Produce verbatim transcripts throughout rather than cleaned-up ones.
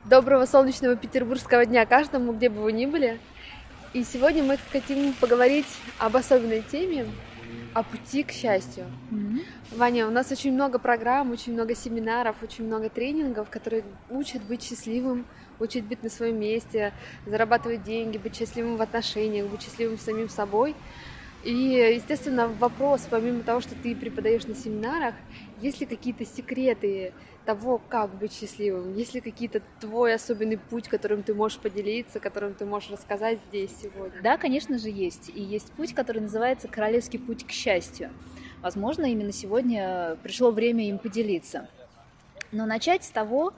Доброго солнечного петербургского дня каждому, где бы вы ни были. И сегодня мы хотим поговорить об особенной теме, о пути к счастью. Mm-hmm. Ваня, у нас очень много программ, очень много семинаров, очень много тренингов, которые учат быть счастливым, учат быть на своем месте, зарабатывать деньги, быть счастливым в отношениях, быть счастливым с самим собой. И, естественно, вопрос, помимо того, что ты преподаешь на семинарах, есть ли какие-то секреты того, как быть счастливым? Есть ли какие-то твой особенный путь, которым ты можешь поделиться, которым ты можешь рассказать здесь сегодня? Да, конечно же, есть. И есть путь, который называется «Королевский путь к счастью». Возможно, именно сегодня пришло время им поделиться. Но начать с того,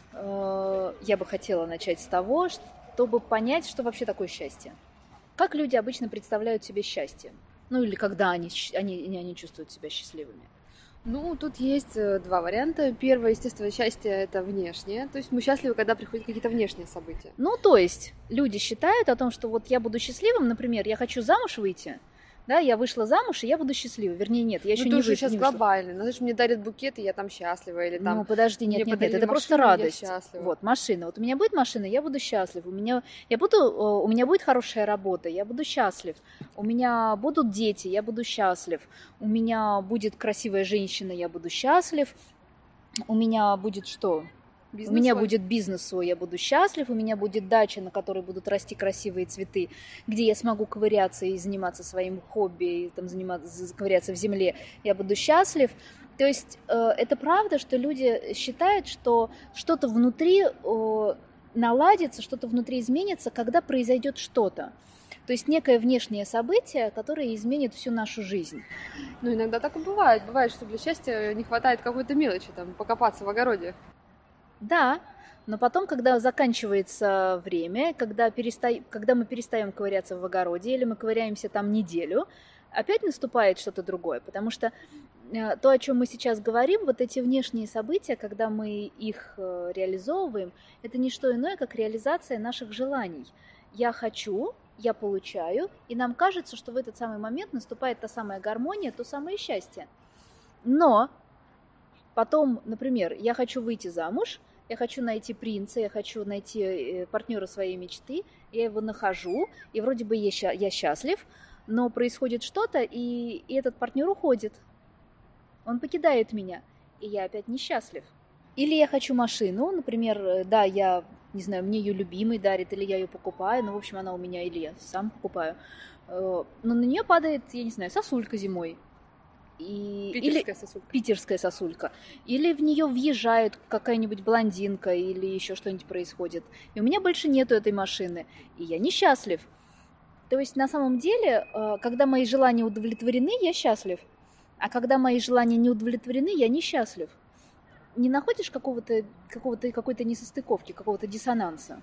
э, я бы хотела начать с того, чтобы понять, что вообще такое счастье. Как люди обычно представляют себе счастье? Ну или когда они, они, они чувствуют себя счастливыми? Ну, тут есть два варианта. Первое, естественно, счастье – это внешнее. То есть мы счастливы, когда приходят какие-то внешние события. Ну, то есть люди считают о том, что вот я буду счастливым, например, я хочу замуж выйти, да, я вышла замуж, и я буду счастлива. Вернее, нет, я еще ну, не вышла. сейчас не глобально. Ну, знаешь, мне дарят букет, и я там счастлива. Или там... Ну, подожди, нет, нет, нет, это просто радость. Вот, машина. Вот у меня будет машина, я буду счастлив. У меня, я буду, у меня будет хорошая работа, я буду счастлив. У меня будут дети, я буду счастлив. У меня будет красивая женщина, я буду счастлив. У меня будет что? Бизнес у меня свой. будет бизнес свой, я буду счастлив, у меня будет дача, на которой будут расти красивые цветы, где я смогу ковыряться и заниматься своим хобби, и там заниматься, ковыряться в земле, я буду счастлив. То есть э, это правда, что люди считают, что что-то внутри э, наладится, что-то внутри изменится, когда произойдет что-то. То есть некое внешнее событие, которое изменит всю нашу жизнь. Ну, иногда так и бывает. Бывает, что для счастья не хватает какой-то мелочи, там, покопаться в огороде. Да, но потом, когда заканчивается время, когда, переста... когда мы перестаем ковыряться в огороде или мы ковыряемся там неделю, опять наступает что-то другое, потому что то, о чем мы сейчас говорим, вот эти внешние события, когда мы их реализовываем, это не что иное, как реализация наших желаний. Я хочу, я получаю, и нам кажется, что в этот самый момент наступает та самая гармония, то самое счастье. Но потом, например, я хочу выйти замуж, я хочу найти принца, я хочу найти партнера своей мечты, я его нахожу, и вроде бы я счастлив, но происходит что-то, и, и этот партнер уходит. Он покидает меня, и я опять несчастлив. Или я хочу машину, например, да, я, не знаю, мне ее любимый дарит, или я ее покупаю, ну, в общем, она у меня, или я сам покупаю, но на нее падает, я не знаю, сосулька зимой. И... Питерская или сосулька. Питерская сосулька. Или в нее въезжает какая-нибудь блондинка, или еще что-нибудь происходит. И у меня больше нету этой машины, и я несчастлив. То есть на самом деле, когда мои желания удовлетворены, я счастлив. А когда мои желания не удовлетворены, я несчастлив. Не находишь какого-то, какого-то, какой-то несостыковки, какого-то диссонанса?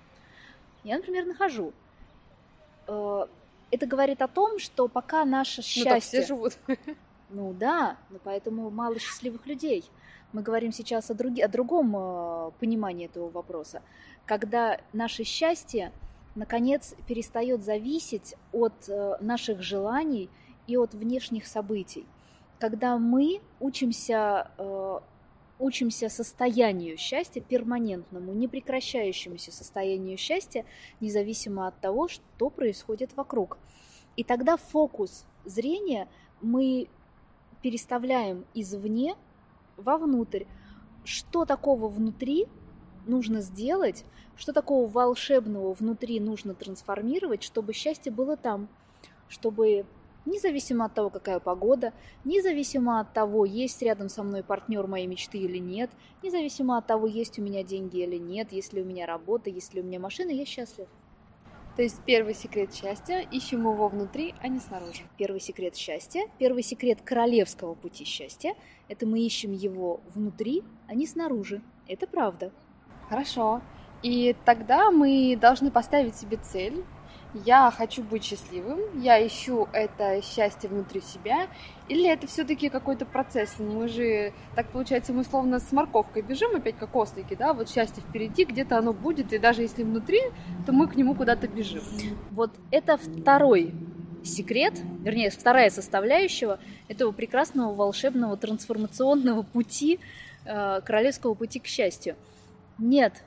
Я, например, нахожу. Это говорит о том, что пока наше счастье... Ну так все живут. Ну да, но поэтому мало счастливых людей. Мы говорим сейчас о, друг... о другом э, понимании этого вопроса. Когда наше счастье, наконец, перестает зависеть от э, наших желаний и от внешних событий. Когда мы учимся, э, учимся состоянию счастья, перманентному, непрекращающемуся состоянию счастья, независимо от того, что происходит вокруг. И тогда фокус зрения мы переставляем извне вовнутрь. Что такого внутри нужно сделать, что такого волшебного внутри нужно трансформировать, чтобы счастье было там, чтобы независимо от того, какая погода, независимо от того, есть рядом со мной партнер моей мечты или нет, независимо от того, есть у меня деньги или нет, есть ли у меня работа, есть ли у меня машина, я счастлив. То есть первый секрет счастья – ищем его внутри, а не снаружи. Первый секрет счастья, первый секрет королевского пути счастья – это мы ищем его внутри, а не снаружи. Это правда. Хорошо. И тогда мы должны поставить себе цель. Я хочу быть счастливым, я ищу это счастье внутри себя, или это все-таки какой-то процесс? Мы же, так получается, мы словно с морковкой бежим опять как ослики, да, вот счастье впереди, где-то оно будет, и даже если внутри, то мы к нему куда-то бежим. Вот это второй секрет, вернее, вторая составляющая этого прекрасного волшебного трансформационного пути, э, королевского пути к счастью. Нет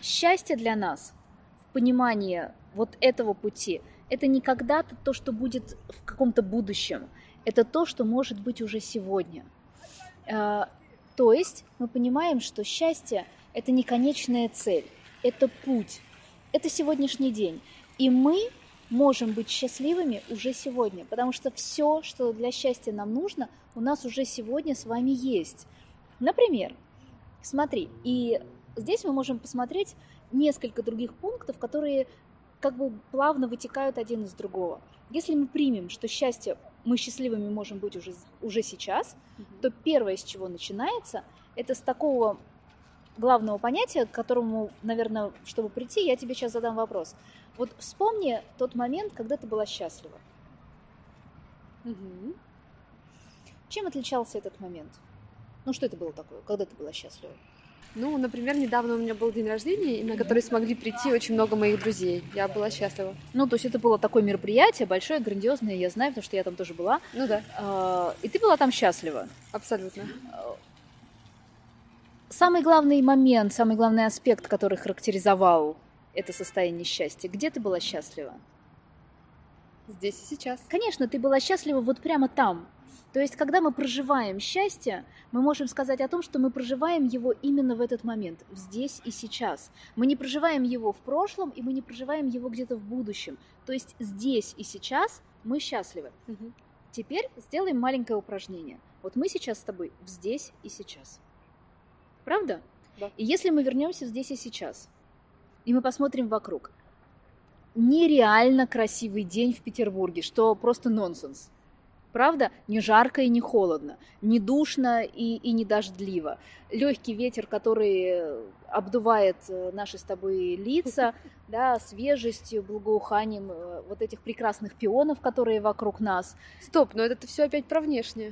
Счастье для нас в понимании вот этого пути – это не когда-то то, что будет в каком-то будущем, это то, что может быть уже сегодня. То есть мы понимаем, что счастье – это не конечная цель, это путь, это сегодняшний день. И мы можем быть счастливыми уже сегодня, потому что все, что для счастья нам нужно, у нас уже сегодня с вами есть. Например, смотри, и здесь мы можем посмотреть несколько других пунктов, которые как бы плавно вытекают один из другого. Если мы примем, что счастье мы счастливыми можем быть уже, уже сейчас, mm-hmm. то первое, с чего начинается, это с такого главного понятия, к которому, наверное, чтобы прийти, я тебе сейчас задам вопрос. Вот вспомни тот момент, когда ты была счастлива. Mm-hmm. Чем отличался этот момент? Ну, что это было такое, когда ты была счастлива? Ну, например, недавно у меня был день рождения, на который смогли прийти очень много моих друзей. Я была счастлива. Ну, то есть это было такое мероприятие, большое, грандиозное, я знаю, потому что я там тоже была. Ну да. И ты была там счастлива. Абсолютно. Самый главный момент, самый главный аспект, который характеризовал это состояние счастья, где ты была счастлива? Здесь и сейчас. Конечно, ты была счастлива вот прямо там. То есть, когда мы проживаем счастье, мы можем сказать о том, что мы проживаем его именно в этот момент, здесь и сейчас. Мы не проживаем его в прошлом, и мы не проживаем его где-то в будущем. То есть, здесь и сейчас мы счастливы. Угу. Теперь сделаем маленькое упражнение. Вот мы сейчас с тобой в здесь и сейчас. Правда? Да. И если мы вернемся в здесь и сейчас, и мы посмотрим вокруг, нереально красивый день в Петербурге, что просто нонсенс. Правда? Не жарко и не холодно, не душно и, и не дождливо. Легкий ветер, который обдувает наши с тобой лица, да, свежестью, благоуханием вот этих прекрасных пионов, которые вокруг нас. Стоп, но это все опять про внешнее.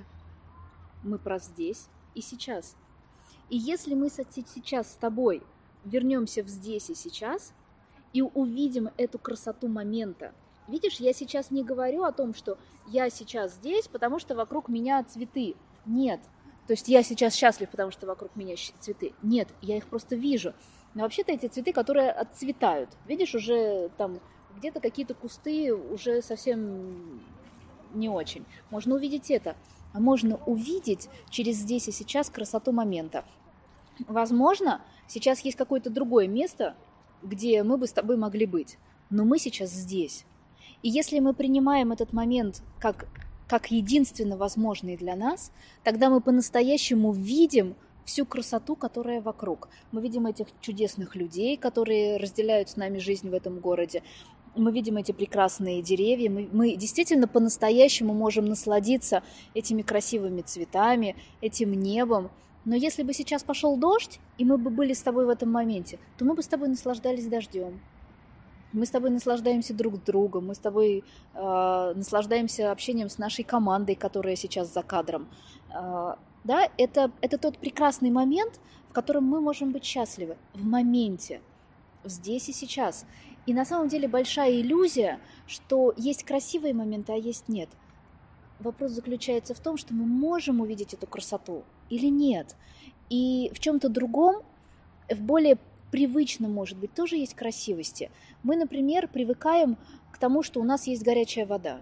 Мы про здесь и сейчас. И если мы сейчас с тобой вернемся в здесь и сейчас и увидим эту красоту момента, видишь, я сейчас не говорю о том, что я сейчас здесь, потому что вокруг меня цветы. Нет. То есть я сейчас счастлив, потому что вокруг меня цветы. Нет, я их просто вижу. Но вообще-то эти цветы, которые отцветают. Видишь, уже там где-то какие-то кусты уже совсем не очень. Можно увидеть это. А можно увидеть через здесь и сейчас красоту момента. Возможно, сейчас есть какое-то другое место, где мы бы с тобой могли быть. Но мы сейчас здесь. И если мы принимаем этот момент как, как единственно возможный для нас, тогда мы по-настоящему видим всю красоту, которая вокруг. Мы видим этих чудесных людей, которые разделяют с нами жизнь в этом городе. Мы видим эти прекрасные деревья. Мы, мы действительно по-настоящему можем насладиться этими красивыми цветами, этим небом. Но если бы сейчас пошел дождь, и мы бы были с тобой в этом моменте, то мы бы с тобой наслаждались дождем. Мы с тобой наслаждаемся друг другом, мы с тобой э, наслаждаемся общением с нашей командой, которая сейчас за кадром. Э, да, это, это тот прекрасный момент, в котором мы можем быть счастливы. В моменте, здесь и сейчас. И на самом деле большая иллюзия, что есть красивые моменты, а есть нет. Вопрос заключается в том, что мы можем увидеть эту красоту или нет. И в чем-то другом, в более привычно, может быть, тоже есть красивости. Мы, например, привыкаем к тому, что у нас есть горячая вода.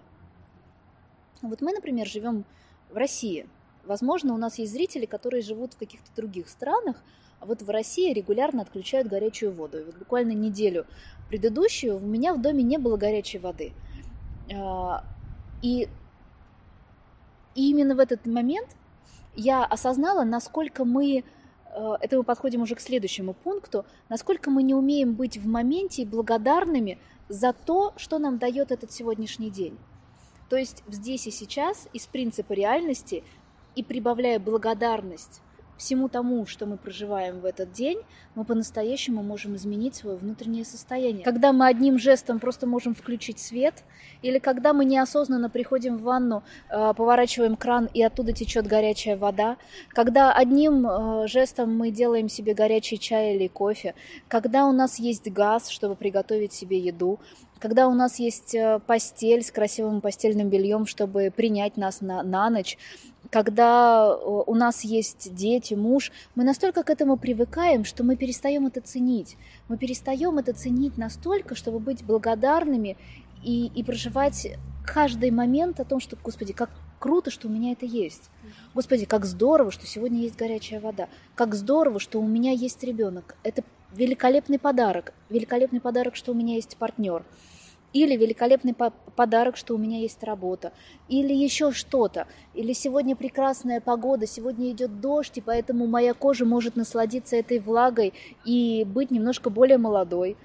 Вот мы, например, живем в России. Возможно, у нас есть зрители, которые живут в каких-то других странах, а вот в России регулярно отключают горячую воду. И вот буквально неделю предыдущую у меня в доме не было горячей воды. И, и именно в этот момент я осознала, насколько мы... Это мы подходим уже к следующему пункту. Насколько мы не умеем быть в моменте благодарными за то, что нам дает этот сегодняшний день. То есть здесь и сейчас, из принципа реальности, и прибавляя благодарность всему тому, что мы проживаем в этот день, мы по-настоящему можем изменить свое внутреннее состояние. Когда мы одним жестом просто можем включить свет, или когда мы неосознанно приходим в ванну, поворачиваем кран, и оттуда течет горячая вода, когда одним жестом мы делаем себе горячий чай или кофе, когда у нас есть газ, чтобы приготовить себе еду, когда у нас есть постель с красивым постельным бельем, чтобы принять нас на, на ночь, когда у нас есть дети, муж, мы настолько к этому привыкаем, что мы перестаем это ценить. Мы перестаем это ценить настолько, чтобы быть благодарными и, и проживать каждый момент о том, что, Господи, как круто, что у меня это есть. Господи, как здорово, что сегодня есть горячая вода. Как здорово, что у меня есть ребенок. Это великолепный подарок. Великолепный подарок, что у меня есть партнер. Или великолепный подарок, что у меня есть работа, или еще что-то, или сегодня прекрасная погода, сегодня идет дождь, и поэтому моя кожа может насладиться этой влагой и быть немножко более молодой.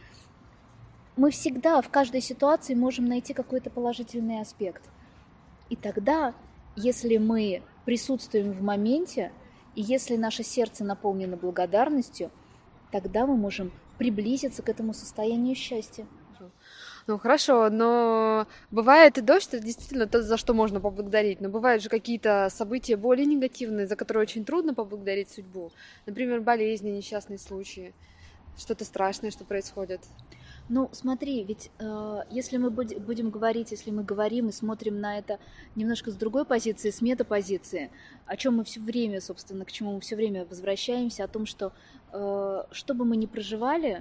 Мы всегда в каждой ситуации можем найти какой-то положительный аспект. И тогда, если мы присутствуем в моменте, и если наше сердце наполнено благодарностью, тогда мы можем приблизиться к этому состоянию счастья. Ну хорошо, но бывает и дождь, это действительно то, за что можно поблагодарить, но бывают же какие-то события более негативные, за которые очень трудно поблагодарить судьбу. Например, болезни, несчастные случаи, что-то страшное, что происходит. Ну, смотри, ведь э, если мы будь, будем говорить, если мы говорим и смотрим на это немножко с другой позиции, с метапозиции, о чем мы все время, собственно, к чему мы все время возвращаемся, о том, что э, что бы мы ни проживали,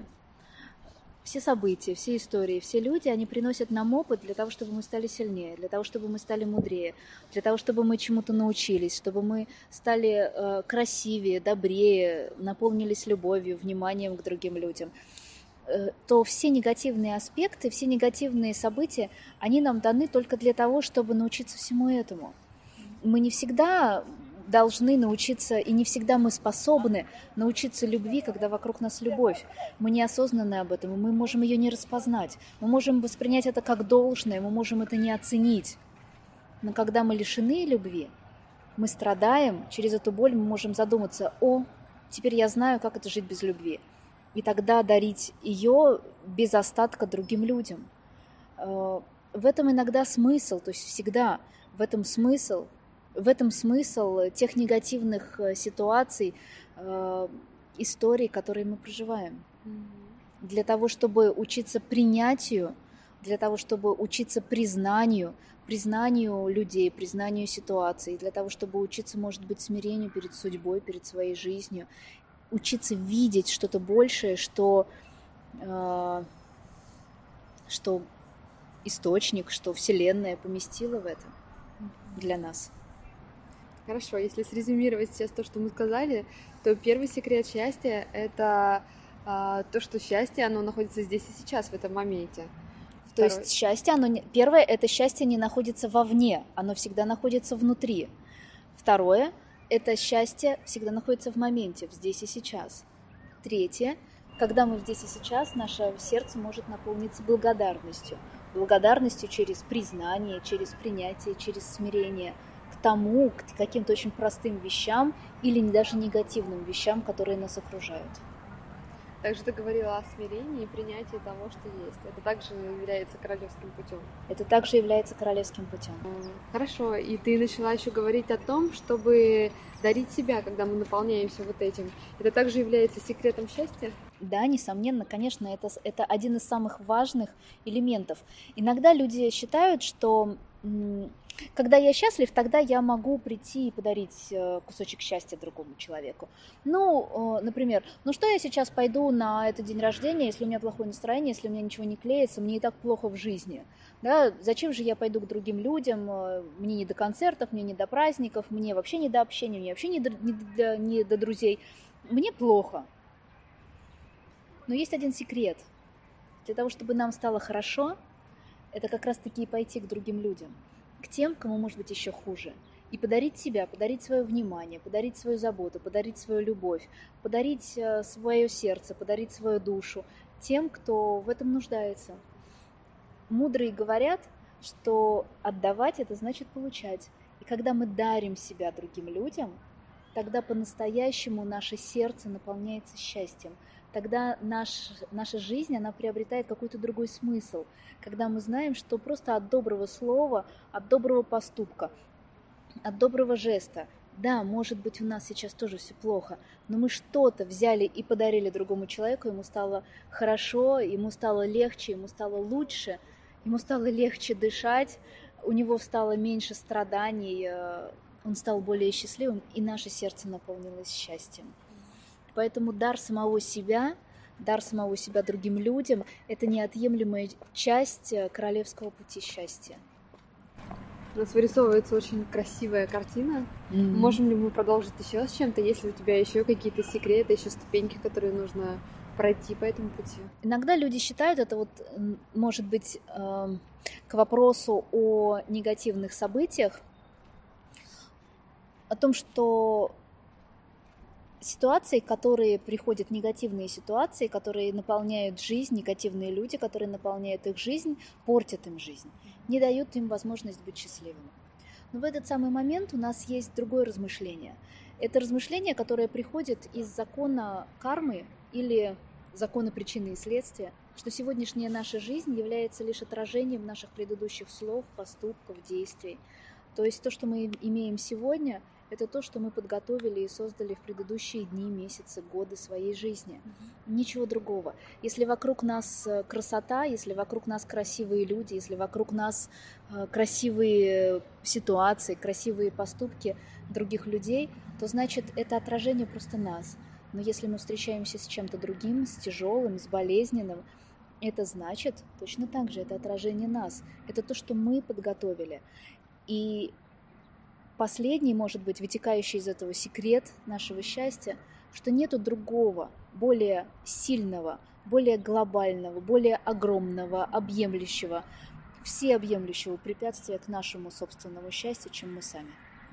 все события, все истории, все люди, они приносят нам опыт для того, чтобы мы стали сильнее, для того, чтобы мы стали мудрее, для того, чтобы мы чему-то научились, чтобы мы стали э, красивее, добрее, наполнились любовью, вниманием к другим людям. Э, то все негативные аспекты, все негативные события, они нам даны только для того, чтобы научиться всему этому. Мы не всегда должны научиться, и не всегда мы способны научиться любви, когда вокруг нас любовь. Мы неосознанны об этом, и мы можем ее не распознать. Мы можем воспринять это как должное, мы можем это не оценить. Но когда мы лишены любви, мы страдаем, через эту боль мы можем задуматься: о, теперь я знаю, как это жить без любви. И тогда дарить ее без остатка другим людям. В этом иногда смысл, то есть всегда в этом смысл, В этом смысл тех негативных ситуаций, э, историй, которые мы проживаем. Mm-hmm. Для того, чтобы учиться принятию, для того, чтобы учиться признанию, признанию людей, признанию ситуаций, для того, чтобы учиться, может быть, смирению перед судьбой, перед своей жизнью, учиться видеть что-то большее, что, э, что источник, что Вселенная поместила в это для нас. Хорошо, если срезюмировать сейчас то, что мы сказали, то первый секрет счастья – это а, то, что счастье, оно находится здесь и сейчас, в этом моменте. Второй. То есть счастье, оно не... первое – это счастье не находится вовне, оно всегда находится внутри. Второе – это счастье всегда находится в моменте, в здесь и сейчас. Третье – когда мы здесь и сейчас, наше сердце может наполниться благодарностью. Благодарностью через признание, через принятие, через смирение – к тому, к каким-то очень простым вещам или даже негативным вещам, которые нас окружают. Также ты говорила о смирении и принятии того, что есть. Это также является королевским путем. Это также является королевским путем. Хорошо, и ты начала еще говорить о том, чтобы дарить себя, когда мы наполняемся вот этим. Это также является секретом счастья? Да, несомненно, конечно, это, это один из самых важных элементов. Иногда люди считают, что когда я счастлив, тогда я могу прийти и подарить кусочек счастья другому человеку. Ну, например, ну что я сейчас пойду на этот день рождения, если у меня плохое настроение, если у меня ничего не клеится, мне и так плохо в жизни. Да? Зачем же я пойду к другим людям, мне не до концертов, мне не до праздников, мне вообще не до общения, мне вообще не до, не до, не до друзей. Мне плохо. Но есть один секрет. Для того, чтобы нам стало хорошо, это как раз-таки и пойти к другим людям, к тем, кому может быть еще хуже, и подарить себя, подарить свое внимание, подарить свою заботу, подарить свою любовь, подарить свое сердце, подарить свою душу тем, кто в этом нуждается. Мудрые говорят, что отдавать – это значит получать. И когда мы дарим себя другим людям, тогда по-настоящему наше сердце наполняется счастьем. Тогда наш, наша жизнь, она приобретает какой-то другой смысл. Когда мы знаем, что просто от доброго слова, от доброго поступка, от доброго жеста Да, может быть, у нас сейчас тоже все плохо, но мы что-то взяли и подарили другому человеку, ему стало хорошо, ему стало легче, ему стало лучше, ему стало легче дышать, у него стало меньше страданий, он стал более счастливым, и наше сердце наполнилось счастьем. Поэтому дар самого себя, дар самого себя другим людям – это неотъемлемая часть королевского пути счастья. У нас вырисовывается очень красивая картина. Mm-hmm. Можем ли мы продолжить еще с чем-то? Есть ли у тебя еще какие-то секреты, еще ступеньки, которые нужно пройти по этому пути? Иногда люди считают это вот, может быть, к вопросу о негативных событиях, о том, что ситуации, которые приходят, негативные ситуации, которые наполняют жизнь, негативные люди, которые наполняют их жизнь, портят им жизнь, не дают им возможность быть счастливыми. Но в этот самый момент у нас есть другое размышление. Это размышление, которое приходит из закона кармы или закона причины и следствия, что сегодняшняя наша жизнь является лишь отражением наших предыдущих слов, поступков, действий. То есть то, что мы имеем сегодня, это то, что мы подготовили и создали в предыдущие дни, месяцы, годы своей жизни. Mm-hmm. Ничего другого. Если вокруг нас красота, если вокруг нас красивые люди, если вокруг нас красивые ситуации, красивые поступки других людей, то значит это отражение просто нас. Но если мы встречаемся с чем-то другим, с тяжелым, с болезненным, это значит точно так же, это отражение нас. Это то, что мы подготовили. И последний, может быть, вытекающий из этого секрет нашего счастья, что нету другого, более сильного, более глобального, более огромного, объемлющего, всеобъемлющего препятствия к нашему собственному счастью, чем мы сами.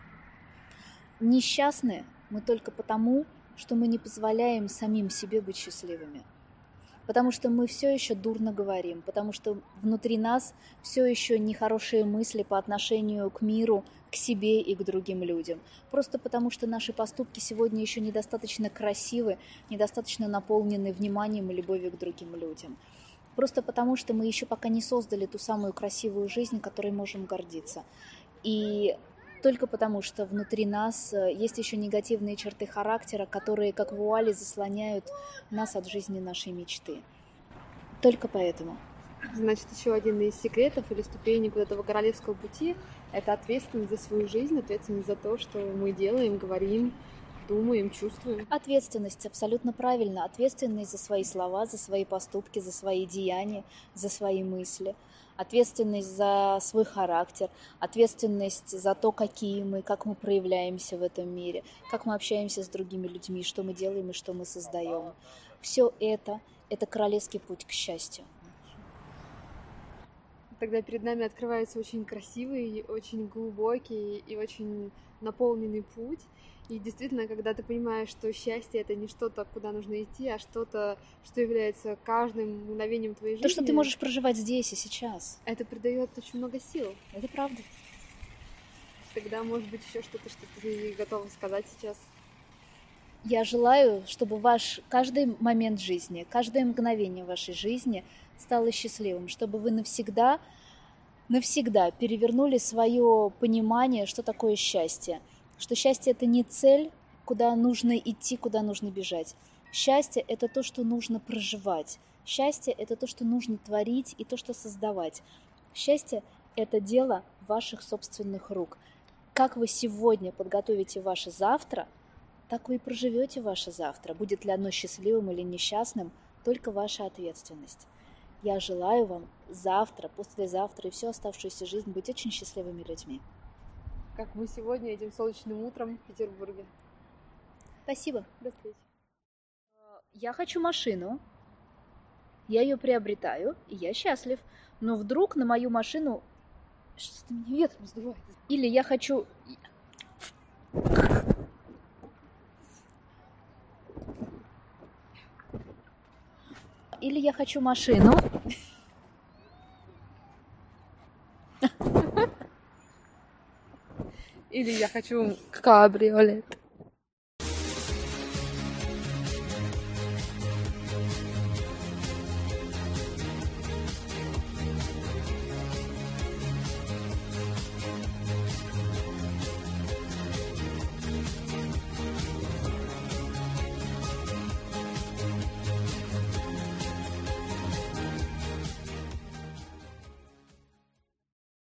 Несчастны мы только потому, что мы не позволяем самим себе быть счастливыми. Потому что мы все еще дурно говорим, потому что внутри нас все еще нехорошие мысли по отношению к миру, к себе и к другим людям. Просто потому что наши поступки сегодня еще недостаточно красивы, недостаточно наполнены вниманием и любовью к другим людям. Просто потому что мы еще пока не создали ту самую красивую жизнь, которой можем гордиться. И только потому, что внутри нас есть еще негативные черты характера, которые, как вуали, заслоняют нас от жизни нашей мечты. Только поэтому. Значит, еще один из секретов или ступенек вот этого королевского пути – это ответственность за свою жизнь, ответственность за то, что мы делаем, говорим, думаем, чувствуем. Ответственность, абсолютно правильно. Ответственность за свои слова, за свои поступки, за свои деяния, за свои мысли. Ответственность за свой характер, ответственность за то, какие мы, как мы проявляемся в этом мире, как мы общаемся с другими людьми, что мы делаем и что мы создаем. Все это – это королевский путь к счастью. Тогда перед нами открывается очень красивый, очень глубокий и очень наполненный путь. И действительно, когда ты понимаешь, что счастье — это не что-то, куда нужно идти, а что-то, что является каждым мгновением твоей жизни. То, что ты можешь проживать здесь и сейчас. Это придает очень много сил. Это правда. Тогда, может быть, еще что-то, что ты готова сказать сейчас. Я желаю, чтобы ваш каждый момент жизни, каждое мгновение вашей жизни стало счастливым, чтобы вы навсегда, навсегда перевернули свое понимание, что такое счастье. Что счастье – это не цель, куда нужно идти, куда нужно бежать. Счастье – это то, что нужно проживать. Счастье – это то, что нужно творить и то, что создавать. Счастье – это дело ваших собственных рук. Как вы сегодня подготовите ваше завтра, так вы и проживете ваше завтра. Будет ли оно счастливым или несчастным, только ваша ответственность. Я желаю вам завтра, послезавтра и всю оставшуюся жизнь быть очень счастливыми людьми. Как мы сегодня этим солнечным утром в Петербурге. Спасибо. До встречи. Я хочу машину, я ее приобретаю, и я счастлив. Но вдруг на мою машину... Что-то меня ветром сдувает. Или я хочу... Или я хочу машину... Или я хочу кабриолет.